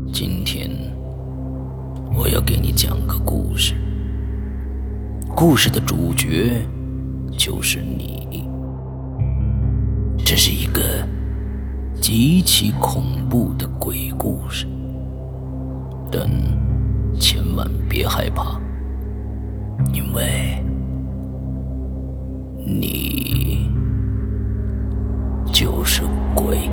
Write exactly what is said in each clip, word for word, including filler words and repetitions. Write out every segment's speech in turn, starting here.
今天我要给你讲个故事，故事的主角就是你。这是一个极其恐怖的鬼故事，但千万别害怕，因为你就是鬼。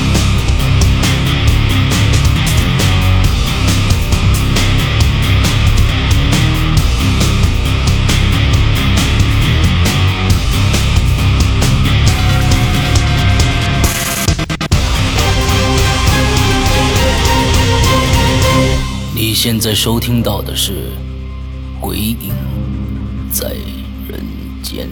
你现在收听到的是《鬼影在人间》。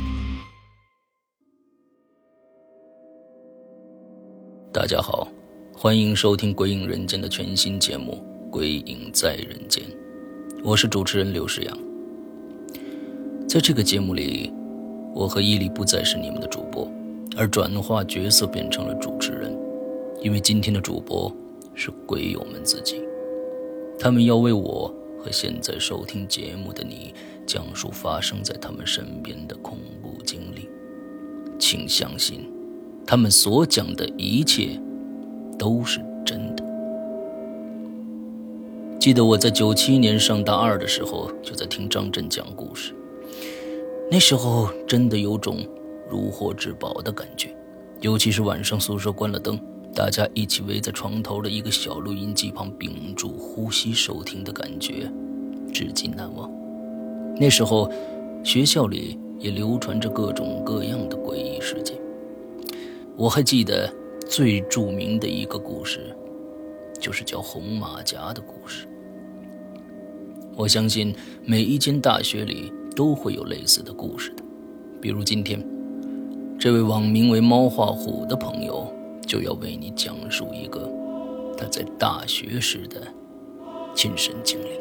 大家好，欢迎收听《鬼影人间》的全新节目《鬼影在人间》，我是主持人刘世阳。在这个节目里，我和伊利不再是你们的主播，而转化角色变成了主持人，因为今天的主播是鬼友们自己。他们要为我和现在收听节目的你讲述发生在他们身边的恐怖经历。请相信，他们所讲的一切都是真的。记得我在九七年上大二的时候，就在听张震讲故事。那时候真的有种如获至宝的感觉，尤其是晚上宿舍关了灯，大家一起围在床头的一个小录音机旁屏住呼吸收听的感觉，至今难忘。那时候学校里也流传着各种各样的诡异事件，我还记得最著名的一个故事，就是叫红马甲的故事。我相信每一间大学里都会有类似的故事的，比如今天这位网名为猫画虎的朋友就要为你讲述一个他在大学时的亲身经历。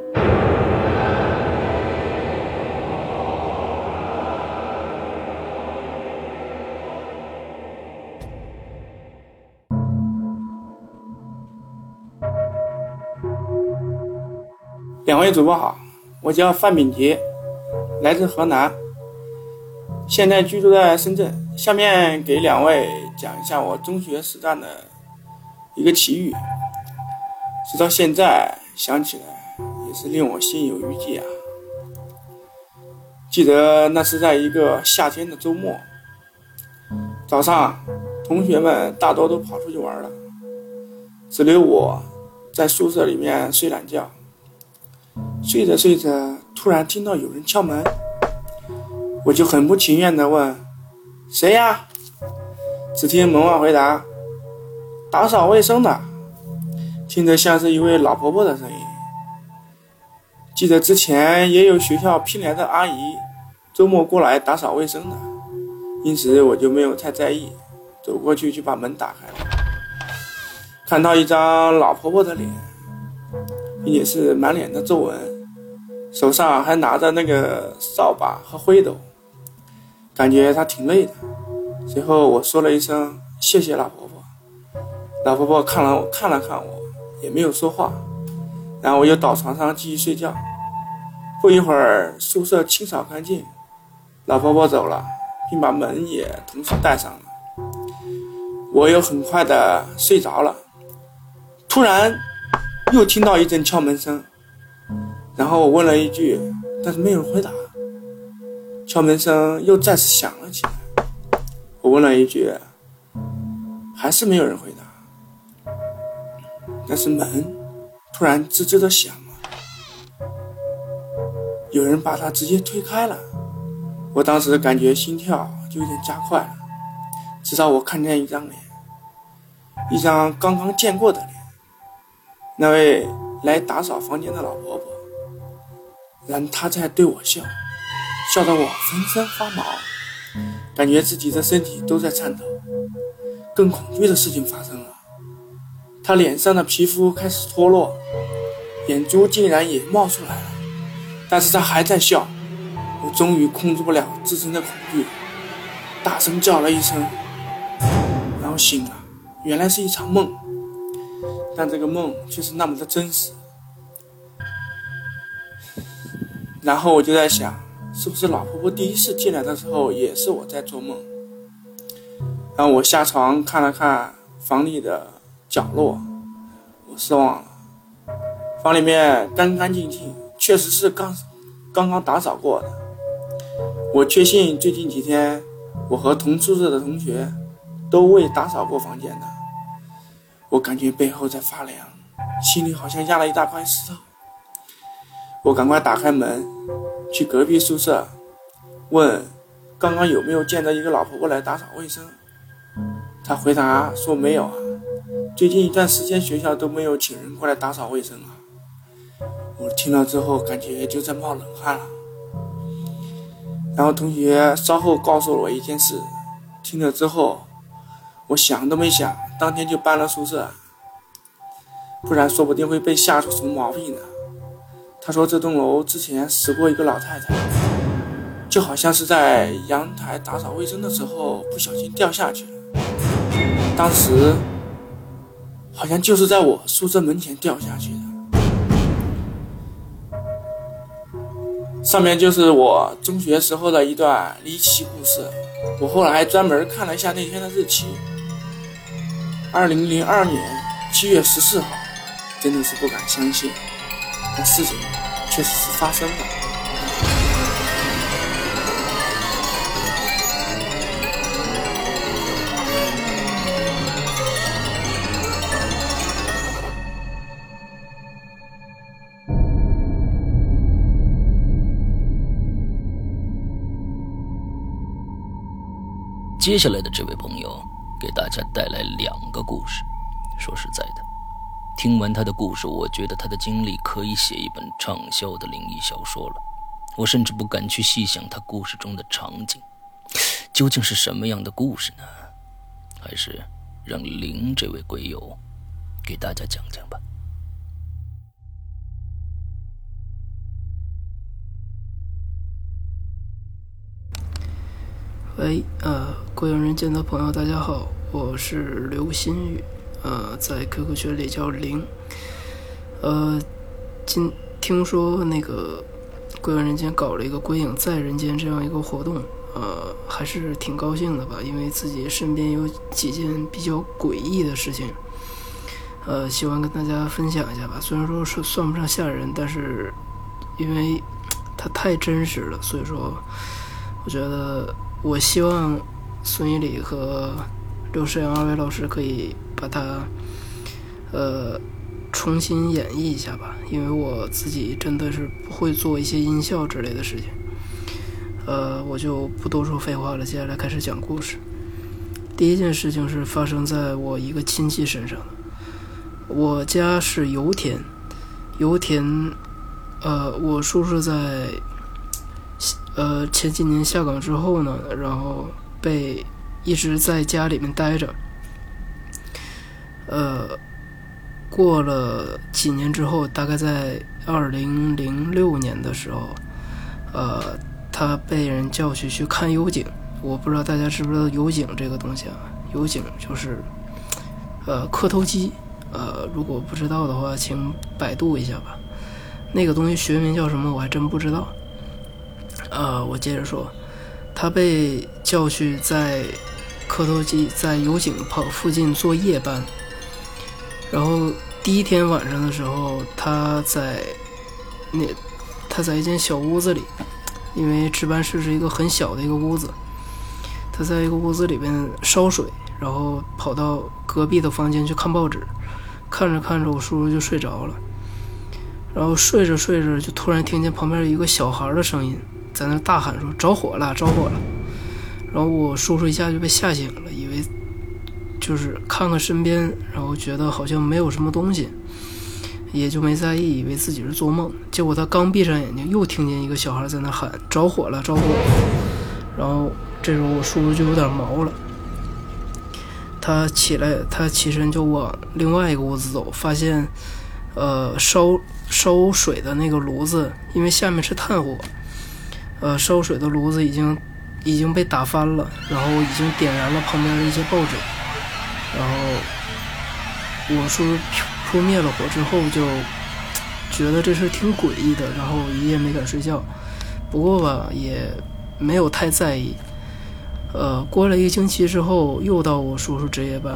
两位主播好，我叫范炳杰，来自河南，现在居住在深圳。下面给两位讲一下我中学时段的一个奇遇，直到现在想起来也是令我心有余悸啊。记得那是在一个夏天的周末，早上同学们大多都跑出去玩了，只留我在宿舍里面睡懒觉。睡着睡着，突然听到有人敲门，我就很不情愿地问：谁呀？只听门外回答：打扫卫生的，听着像是一位老婆婆的声音。记得之前也有学校聘来的阿姨周末过来打扫卫生的，因此我就没有太在意，走过去就把门打开了，看到一张老婆婆的脸，并且是满脸的皱纹，手上还拿着那个扫把和灰斗，感觉她挺累的。随后我说了一声谢谢老婆婆，老婆婆看了我看了看我，也没有说话，然后我又到床上继续睡觉。不一会儿宿舍清扫干净，老婆婆走了，并把门也同时带上了，我又很快的睡着了。突然又听到一阵敲门声，然后我问了一句，但是没有人回答。敲门声又再次响了起来，我问了一句，还是没有人回答。但是门突然吱吱的响了，有人把它直接推开了。我当时感觉心跳就有点加快了，直到我看见一张脸，一张刚刚见过的脸，那位来打扫房间的老婆婆，然后她在对我笑，笑得我浑身发毛，感觉自己的身体都在颤抖。更恐惧的事情发生了，她脸上的皮肤开始脱落，眼珠竟然也冒出来了，但是她还在笑。我终于控制不了自身的恐惧，大声叫了一声，然后醒了，原来是一场梦。 但这个梦却是那么的真实。然后我就在想，是不是老婆婆第一次进来的时候也是我在做梦？然后我下床看了看房里的角落，我失望了。房里面干干净净，确实是刚刚刚打扫过的。我确信最近几天我和同宿舍的同学都未打扫过房间的。我感觉背后在发凉，心里好像压了一大块石头。我赶快打开门，去隔壁宿舍问刚刚有没有见到一个老婆婆来打扫卫生。她回答说没有啊，最近一段时间学校都没有请人过来打扫卫生啊。我听了之后感觉就在冒冷汗了。然后同学稍后告诉了我一件事，听了之后我想都没想，当天就搬了宿舍，不然说不定会被吓出什么毛病呢。他说这栋楼之前死过一个老太太，就好像是在阳台打扫卫生的时候不小心掉下去了，当时好像就是在我宿舍门前掉下去的。上面就是我中学时候的一段离奇故事。我后来还专门看了一下那天的日期，二零零二年七月十四号，真的是不敢相信，但事情确实是发生了。 接下来的这位朋友给大家带来两个故事。说实在的，听完他的故事，我觉得他的经历可以写一本畅销的灵异小说了。我甚至不敢去细想他故事中的场景究竟是什么样的故事呢？还是让林这位鬼友给大家讲讲吧。 喂，呃，鬼影人间的朋友，大家好，我是刘新宇，呃，在 Q Q 群里叫零。呃，今听说那个鬼影人间搞了一个鬼影在人间这样一个活动，呃，还是挺高兴的吧，因为自己身边有几件比较诡异的事情，呃，希望跟大家分享一下吧。虽然说是算不上吓人，但是因为它太真实了，所以说我觉得。我希望孙一礼和刘世阳二位老师可以把它呃重新演绎一下吧，因为我自己真的是不会做一些音效之类的事情。呃，我就不多说废话了，接下来开始讲故事。第一件事情是发生在我一个亲戚身上的。我家是油田，油田，呃，我叔叔在。呃，前几年下岗之后呢，然后被一直在家里面待着。呃，过了几年之后，大概在二零零六年的时候，呃，他被人叫去去看油井。我不知道大家知不知道油井这个东西啊？油井就是呃磕头机，呃，如果不知道的话，请百度一下吧。那个东西学名叫什么，我还真不知道。呃，我接着说，他被叫去在磕头机在油井旁附近做夜班。然后第一天晚上的时候，他在那他在一间小屋子里，因为值班室是一个很小的一个屋子，他在一个屋子里边烧水，然后跑到隔壁的房间去看报纸，看着看着我叔叔就睡着了，然后睡着睡着就突然听见旁边有一个小孩的声音在那大喊说着火了着火了，然后我叔叔一下就被吓醒了，以为就是看看身边，然后觉得好像没有什么东西，也就没在意，以为自己是做梦。结果他刚闭上眼睛，又听见一个小孩在那喊着火了着火了，然后这时候我叔叔就有点毛了，他起来他起身就往另外一个屋子走，发现呃烧烧水的那个炉子，因为下面是炭火，呃，烧水的炉子已经已经被打翻了，然后已经点燃了旁边的一些报纸，然后我叔叔扑灭了火之后，就觉得这事挺诡异的，然后一夜没敢睡觉。不过吧，也没有太在意。呃，过了一个星期之后，又到我叔叔值夜班。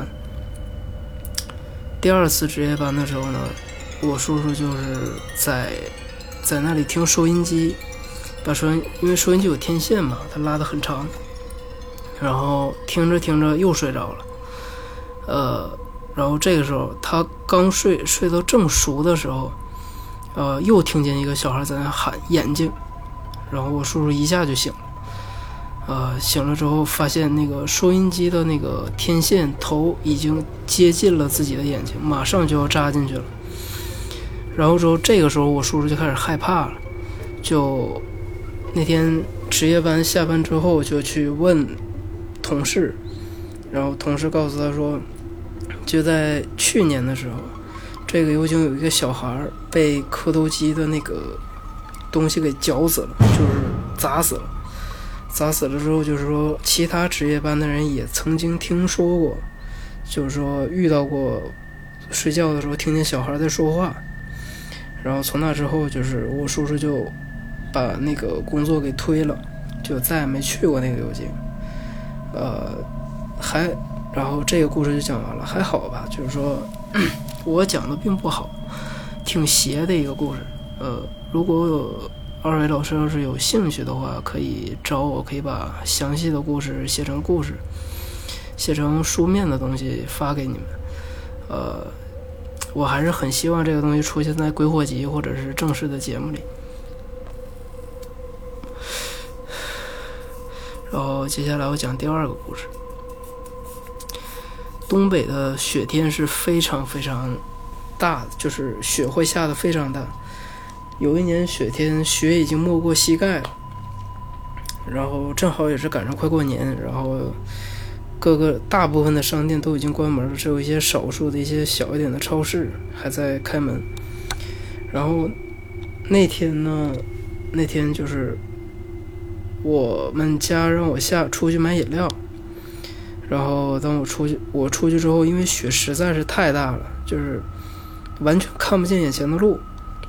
第二次值夜班的时候呢，我叔叔就是在在那里听收音机，把收音因为收音机有天线嘛，他拉得很长，然后听着听着又睡着了。呃，然后这个时候他刚睡睡到正熟的时候，呃，又听见一个小孩在那喊眼睛，然后我叔叔一下就醒了。呃，醒了之后发现那个收音机的那个天线头已经接近了自己的眼睛，马上就要扎进去了。然后之后这个时候我叔叔就开始害怕了，就那天值夜班下班之后就去问同事，然后同事告诉他说，就在去年的时候，这个幽井有一个小孩被磕头机的那个东西给绞死了，就是砸死了。砸死了之后，就是说其他值夜班的人也曾经听说过，就是说遇到过睡觉的时候听见小孩在说话。然后从那之后，就是我叔叔就把那个工作给推了，就再也没去过那个幽井。呃，还然后这个故事就讲完了，还好吧，就是说我讲的并不好，挺邪的一个故事。呃，如果有二位老师要是有兴趣的话，可以找我，可以把详细的故事写成故事，写成书面的东西发给你们。呃，我还是很希望这个东西出现在鬼火集或者是正式的节目里。然后接下来我讲第二个故事。东北的雪天是非常非常大的，就是雪会下得非常大。有一年雪天，雪已经没过膝盖了，然后正好也是赶上快过年，然后各个大部分的商店都已经关门了，只有一些少数的一些小一点的超市还在开门。然后那天呢，那天就是我们家让我下出去买饮料，然后当我出去我出去之后，因为雪实在是太大了，就是完全看不见眼前的路。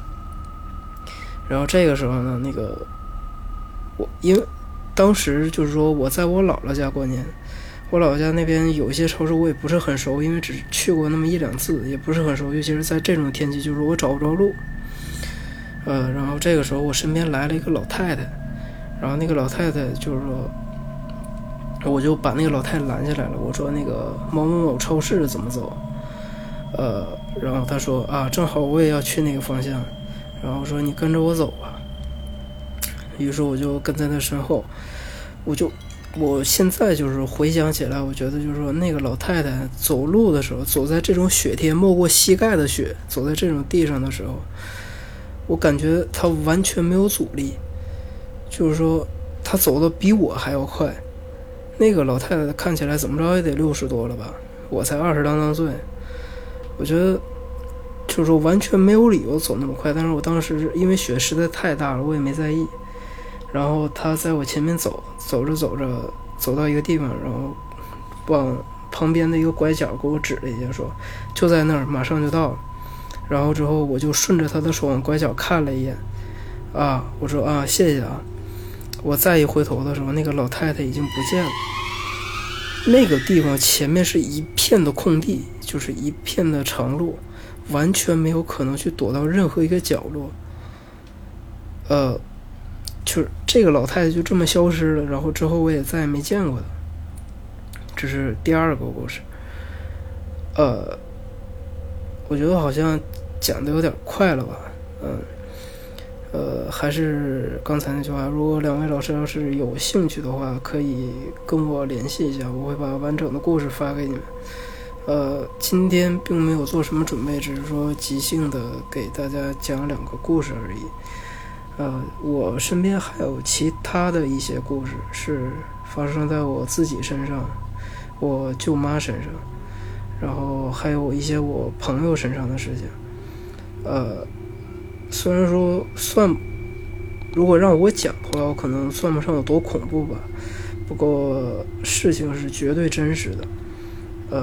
然后这个时候呢，那个我因为当时就是说我在我姥姥家过年，我姥姥家那边有一些超市我也不是很熟，因为只去过那么一两次，也不是很熟，尤其是在这种天气，就是我找不着路。呃，然后这个时候我身边来了一个老太太，然后那个老太太就是说，我就把那个老太太拦下来了，我说那个某某某超市怎么走？呃，然后她说啊，正好我也要去那个方向。然后说你跟着我走吧，于是我就跟在他身后。我就我现在就是回想起来，我觉得就是说那个老太太走路的时候，走在这种雪天没过膝盖的雪，走在这种地上的时候，我感觉她完全没有阻力，就是说她走的比我还要快。那个老太太看起来怎么着也得六十多了吧，我才二十啷当岁，我觉得就是说完全没有理由走那么快，但是我当时因为雪实在太大了，我也没在意。然后他在我前面走，走着走着走到一个地方，然后往旁边的一个拐角给我指了一下，说就在那儿，马上就到了。然后之后我就顺着他的手往拐角看了一眼，啊，我说啊谢谢啊。我再一回头的时候，那个老太太已经不见了。那个地方前面是一片的空地，就是一片的长路，完全没有可能去躲到任何一个角落。呃，就是这个老太太就这么消失了，然后之后我也再也没见过她。这是第二个故事。呃，我觉得好像讲的有点快了吧，嗯。呃，还是刚才那句话，如果两位老师要是有兴趣的话，可以跟我联系一下，我会把完整的故事发给你们。呃，今天并没有做什么准备，只是说即兴的给大家讲两个故事而已。呃，我身边还有其他的一些故事是发生在我自己身上，我舅妈身上，然后还有一些我朋友身上的事情。呃。虽然说算，如果让我讲的话，我可能算不上有多恐怖吧。不过事情是绝对真实的。呃，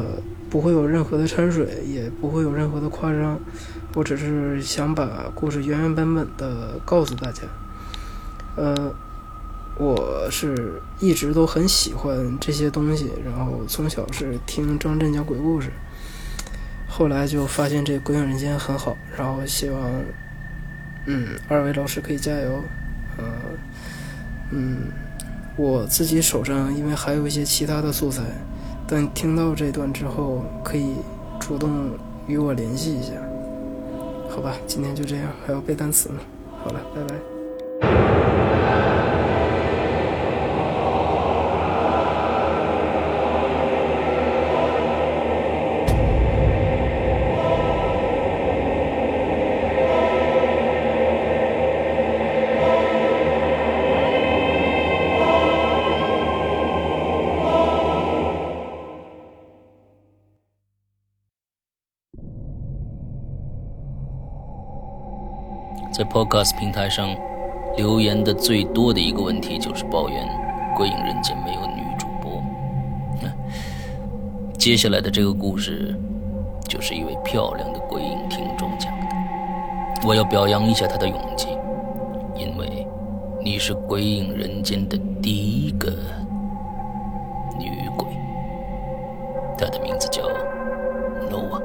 不会有任何的掺水，也不会有任何的夸张，我只是想把故事原原本本的告诉大家。呃，我是一直都很喜欢这些东西，然后从小是听张震讲鬼故事，后来就发现这《鬼影人间》很好，然后希望嗯二位老师可以加油。呃嗯我自己手上因为还有一些其他的素材，但听到这段之后可以主动与我联系一下。好吧，今天就这样，还要背单词呢。好了，拜拜。 在 Podcast 平台上留言的最多的一个问题就是抱怨《鬼影人间》没有女主播。接下来的这个故事就是一位漂亮的鬼影听众讲的，我要表扬一下她的勇气，因为你是《鬼影人间》的第一个女鬼。她的名字叫 Noah。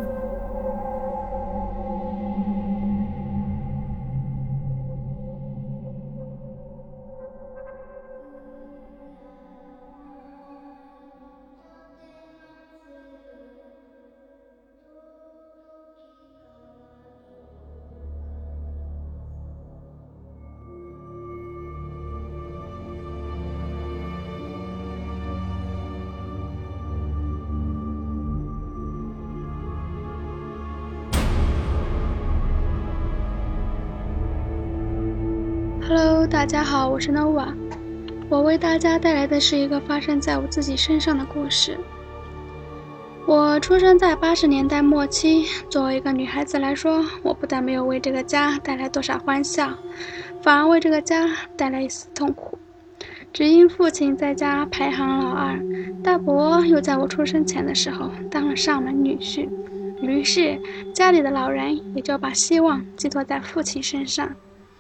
Hello， 大家好，我是 Nova。我为大家带来的是一个发生在我自己身上的故事。我出生在八十年代末期，作为一个女孩子来说，我不但没有为这个家带来多少欢笑，反而为这个家带来一丝痛苦。只因父亲在家排行老二，大伯又在我出生前的时候当了上门女婿，于是家里的老人也就把希望寄托在父亲身上。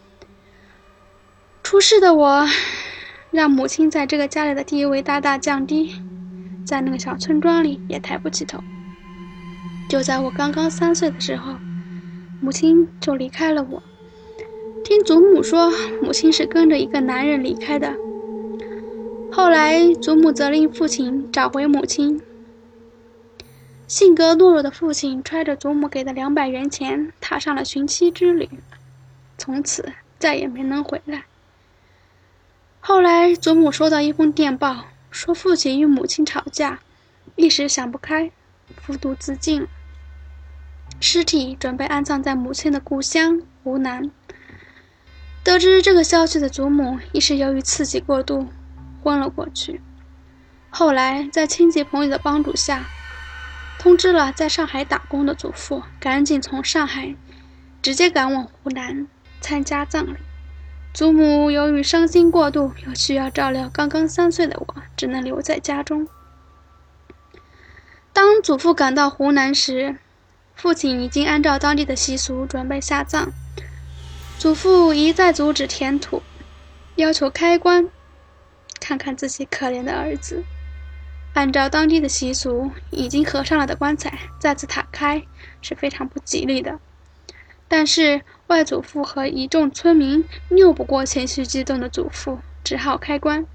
出世的我让母亲在这个家里的地位大大降低，在那个小村庄里也抬不起头。就在我刚刚三岁的时候，母亲就离开了我。听祖母说，母亲是跟着一个男人离开的。后来祖母责令父亲找回母亲。性格懦弱的父亲揣着祖母给的两百元钱，踏上了寻妻之旅，从此再也没能回来。后来祖母收到一封电报，说父亲与母亲吵架，一时想不开，服毒自尽了。尸体准备安葬在母亲的故乡湖南。得知这个消息的祖母一时由于刺激过度昏了过去。后来在亲戚朋友的帮助下，通知了在上海打工的祖父，赶紧从上海直接赶往湖南参加葬礼。祖母由于伤心过度，又需要照料刚刚三岁的我，只能留在家中。当祖父赶到湖南时，父亲已经按照当地的习俗准备下葬。祖父一再阻止填土，要求开棺看看自己可怜的儿子。按照当地的习俗，已经合上了的棺材再次打开是非常不吉利的。但是外祖父和一众村民拗不过情绪激动的祖父，只好开棺。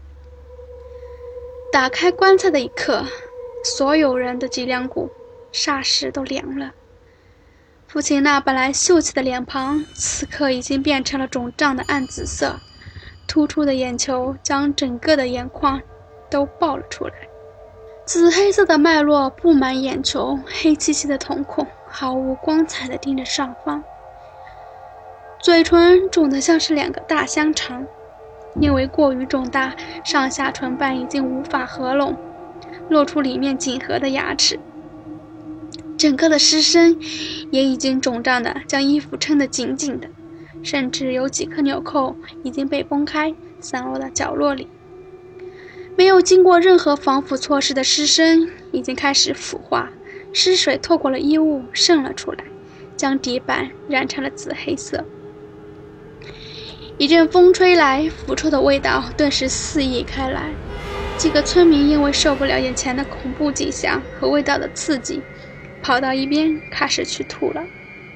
打开棺材的一刻，所有人的脊梁骨霎时都凉了。父亲那本来秀气的脸庞，此刻已经变成了肿胀的暗紫色，突出的眼球将整个的眼眶都爆了出来。紫黑色的脉络布满眼球，黑漆漆的瞳孔毫无光彩地盯着上方，嘴唇肿得像是两个大香肠，因为过于肿大，上下唇瓣已经无法合拢，露出里面紧合的牙齿。整个的尸身也已经肿胀的将衣服撑得紧紧的，甚至有几颗纽扣已经被崩开，散落到角落里。 没有经过任何防腐措施的尸身已经开始腐化，尸水透过了衣物渗了出来，将地板染成了紫黑色。一阵风吹来，腐臭的味道顿时肆意开来。几个村民因为受不了眼前的恐怖景象和味道的刺激，跑到一边开始去吐了。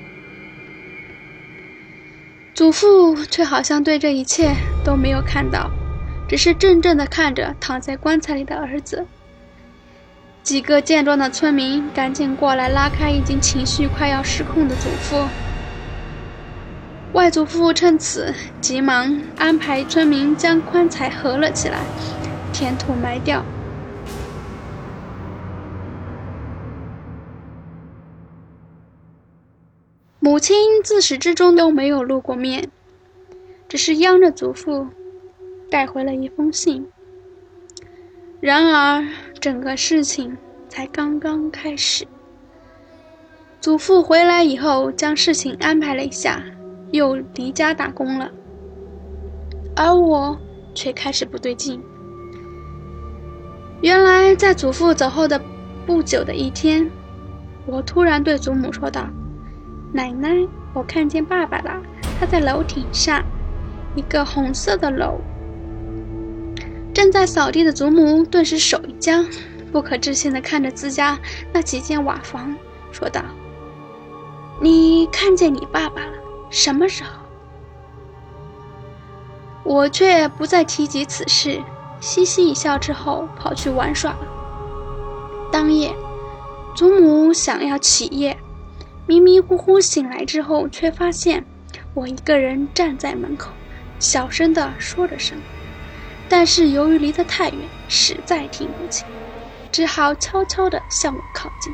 祖父却好像对这一切都没有看到，只是怔怔地看着躺在棺材里的儿子。几个健壮的村民赶紧过来拉开已经情绪快要失控的祖父。外祖父趁此急忙安排村民将棺材合了起来，填土埋掉。母亲自始至终都没有露过面，只是央着祖父带回了一封信。然而整个事情才刚刚开始。祖父回来以后将事情安排了一下，又离家打工了，而我却开始不对劲。原来在祖父走后的不久的一天，我突然对祖母说道：奶奶，我看见爸爸了，他在楼顶上，一个红色的楼。正在扫地的祖母顿时手一僵，不可置信地看着自家那几间瓦房，说道：你看见你爸爸了？什么时候？我却不再提及此事，嘻嘻一笑之后跑去玩耍了。当夜，祖母想要起夜，迷迷糊糊醒来之后，却发现我一个人站在门口，小声地说着什么，但是由于离得太远，实在听不清，只好悄悄地向我靠近。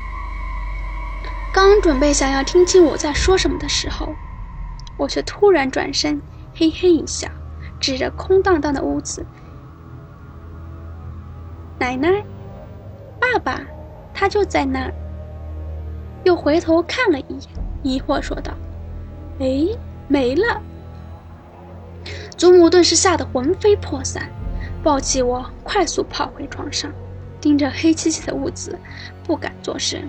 刚准备想要听清我在说什么的时候，我却突然转身，嘿嘿一笑，指着空荡荡的屋子：奶奶，爸爸，他就在那儿。又回头看了一眼，疑惑说道：哎，没了。祖母顿时吓得魂飞魄散，抱起我快速跑回床上，盯着黑漆漆的屋子，不敢作声。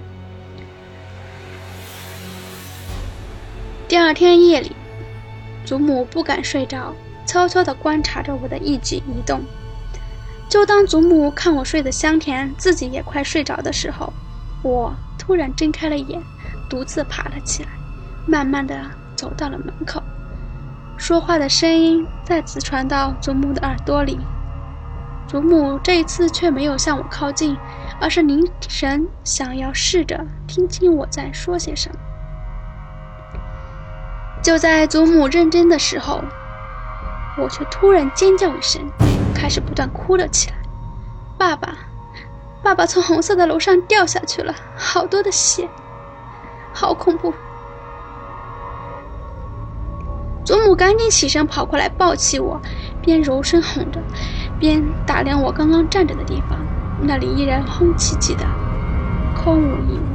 第二天夜里，祖母不敢睡着，悄悄地观察着我的一举一动。就当祖母看我睡得香甜，自己也快睡着的时候，我突然睁开了眼，独自爬了起来，慢慢地走到了门口。说话的声音再次传到祖母的耳朵里。祖母这一次却没有向我靠近，而是凝神想要试着听清我在说些什么。就在祖母认真的时候，我却突然尖叫一声，开始不断哭了起来。爸爸，爸爸从红色的楼上掉下去了，好多的血，好恐怖。祖母赶紧起身跑过来抱起我，边柔声哄着，边打量我刚刚站着的地方，那里依然空寂寂的，空无一物。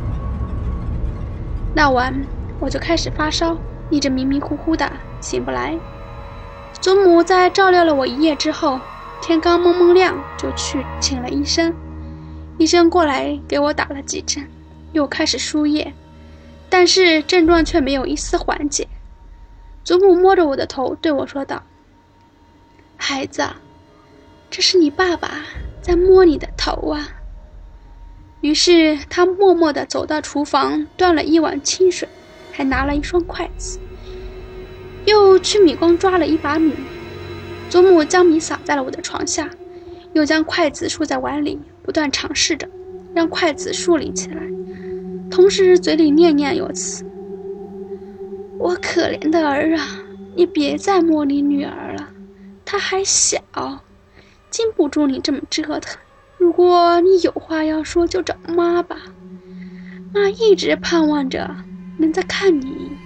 那晚我就开始发烧，一直迷迷糊糊的醒不来。祖母在照料了我一夜之后，天刚蒙蒙亮就去请了医生。医生过来给我打了几针，又开始输液，但是症状却没有一丝缓解。祖母摸着我的头对我说道：孩子，这是你爸爸在摸你的头啊。于是他默默地走到厨房，端了一碗清水，还拿了一双筷子，又去米缸抓了一把米。祖母将米撒在了我的床下，又将筷子竖在碗里，不断尝试着让筷子竖立起来，同时嘴里念念有词：我可怜的儿啊，你别再摸你女儿了，她还小，经不住你这么折腾。如果你有话要说，就找妈吧，妈一直盼望着能再看你一眼。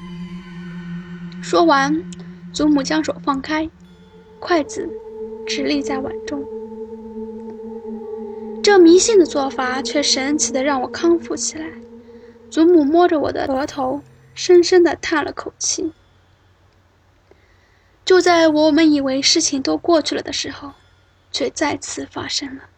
说完，祖母将手放开，筷子直立在碗中。这迷信的做法却神奇的让我康复起来。祖母摸着我的额头，深深地叹了口气。就在我们以为事情都过去了的时候， 却再次发生了。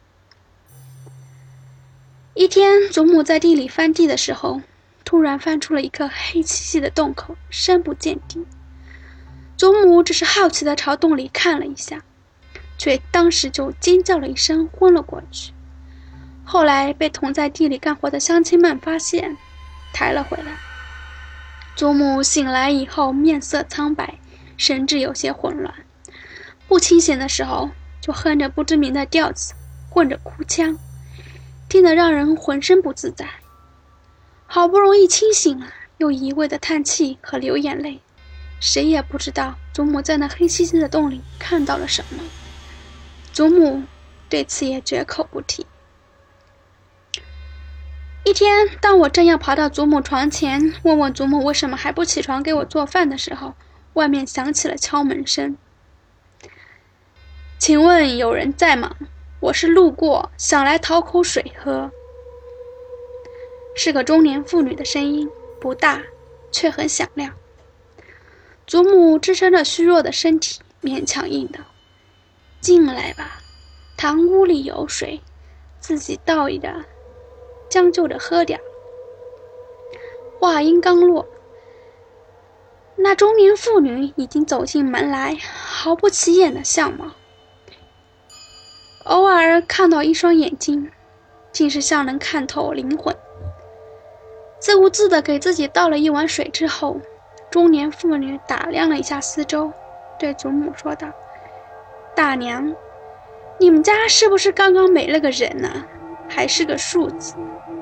一天，祖母在地里翻地的时候，突然翻出了一个黑漆漆的洞口，深不见底。祖母只是好奇地朝洞里看了一下，却当时就尖叫了一声，昏了过去。后来被同在地里干活的乡亲们发现，抬了回来。祖母醒来以后面色苍白，神志有些混乱，不清醒的时候就哼着不知名的调子，混着哭腔，听得让人浑身不自在。好不容易清醒了，又一味的叹气和流眼泪，谁也不知道祖母在那黑漆漆的洞里看到了什么。祖母对此也绝口不提。一天，当我正要跑到祖母床前问问祖母为什么还不起床给我做饭的时候，外面响起了敲门声。请问有人在吗？我是路过，想来讨口水喝。是个中年妇女的声音，不大，却很响亮。祖母支撑着虚弱的身体，勉强应道：进来吧，堂屋里有水，自己倒一点，将就着喝点。话音刚落，那中年妇女已经走进门来，毫不起眼的相貌，偶尔看到一双眼睛，竟是像能看透灵魂。自顾自地给自己倒了一碗水之后，中年妇女打量了一下四周，对祖母说道：大娘，你们家是不是刚刚没了个人呢？还是个数字？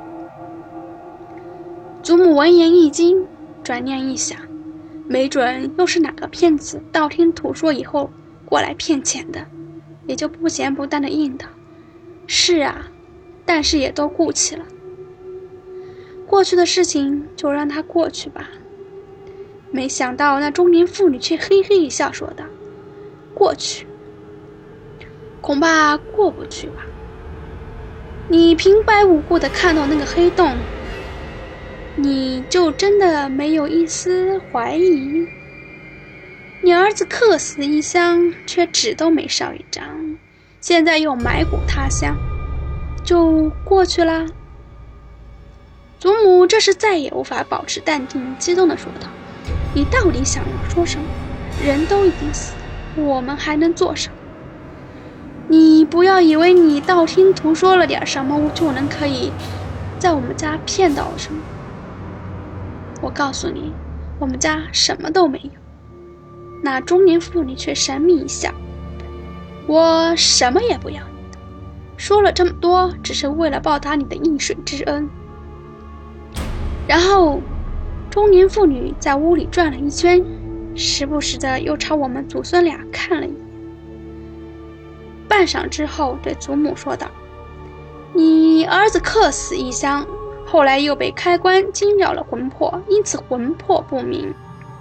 祖母闻言一惊，转念一想，没准又是哪个骗子道听途说以后过来骗钱的，也就不咸不淡地应道：是啊，但是也都顾起了。过去的事情就让它过去吧。没想到那中年妇女却嘿嘿一笑说道：过去恐怕过不去吧。你平白无故的看到那个黑洞，你就真的没有一丝怀疑？你儿子客死异乡，却纸都没烧一张，现在又埋骨他乡，就过去啦？祖母这时再也无法保持淡定，激动地说道：你到底想要说什么？人都已经死了，我们还能做什么？你不要以为你道听途说了点什么，就能可以在我们家骗到什么。我告诉你，我们家什么都没有。那中年妇女却神秘一笑：我什么也不要你的，说了这么多，只是为了报答你的一水之恩。然后中年妇女在屋里转了一圈，时不时的又朝我们祖孙俩看了一眼，半晌之后对祖母说道：你儿子客死异乡，后来又被开棺惊扰了魂魄，因此魂魄不明，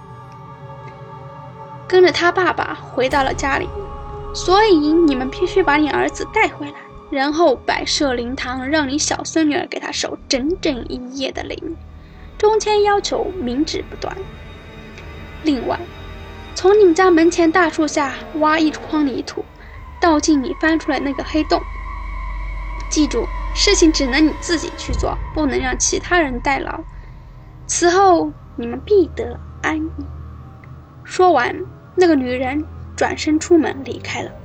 跟着他爸爸回到了家里，所以你们必须把你儿子带回来，然后摆设灵堂，让你小孙女儿给他守整整一夜的灵，中间要求明指不断。另外，从你们家门前大树下挖一筐泥土，倒进你翻出来那个黑洞。记住，事情只能你自己去做，不能让其他人代劳，此后你们必得安逸。说完，那个女人转身出门离开了。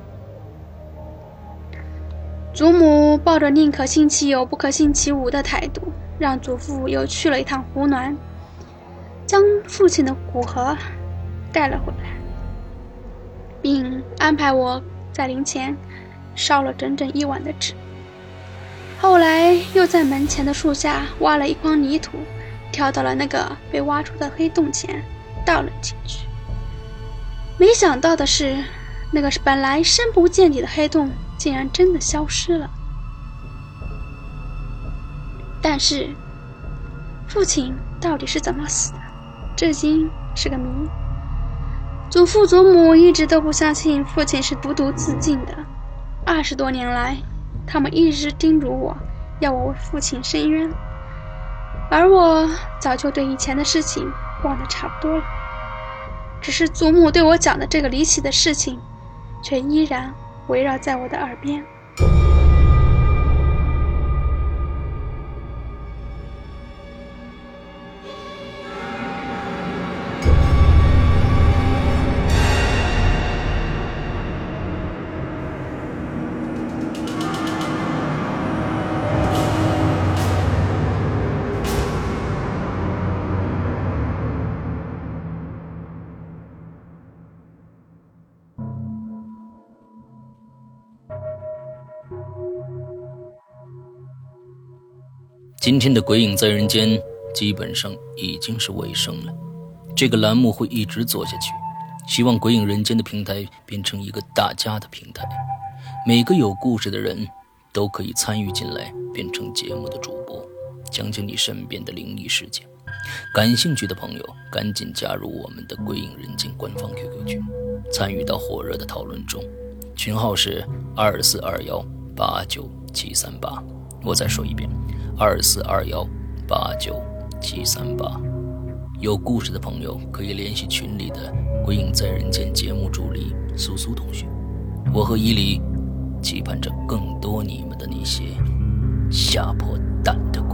祖母抱着宁可信其有不可信其无的态度，让祖父又去了一趟湖南，将父亲的骨骸带了回来，并安排我在灵前烧了整整一碗的纸。后来又在门前的树下挖了一筐泥土，跳到了那个被挖出的黑洞前，倒了进去。没想到的是，那个本来深不见底的黑洞竟然真的消失了。但是父亲到底是怎么死的，至今是个谜。祖父祖母一直都不相信父亲是独独自尽的，二十多年来他们一直叮嘱我要我为父亲伸冤，而我早就对以前的事情忘得差不多了。只是祖母对我讲的这个离奇的事情却依然围绕在我的耳边。 今天的鬼影在人间基本上已经是尾声了，这个栏目会一直做下去，希望鬼影人间的平台变成一个大家的平台，每个有故事的人都可以参与进来，变成节目的主播，讲讲你身边的灵异事件。感兴趣的朋友赶紧加入我们的鬼影人间官方 Q Q 群，参与到火热的讨论中，群号是二四二一八九七三八，我再说一遍二四二一八九七三八。有故事的朋友可以联系群里的鬼影在人间节目助理苏苏同学，我和伊犁期盼着更多你们的那些吓破胆的故事。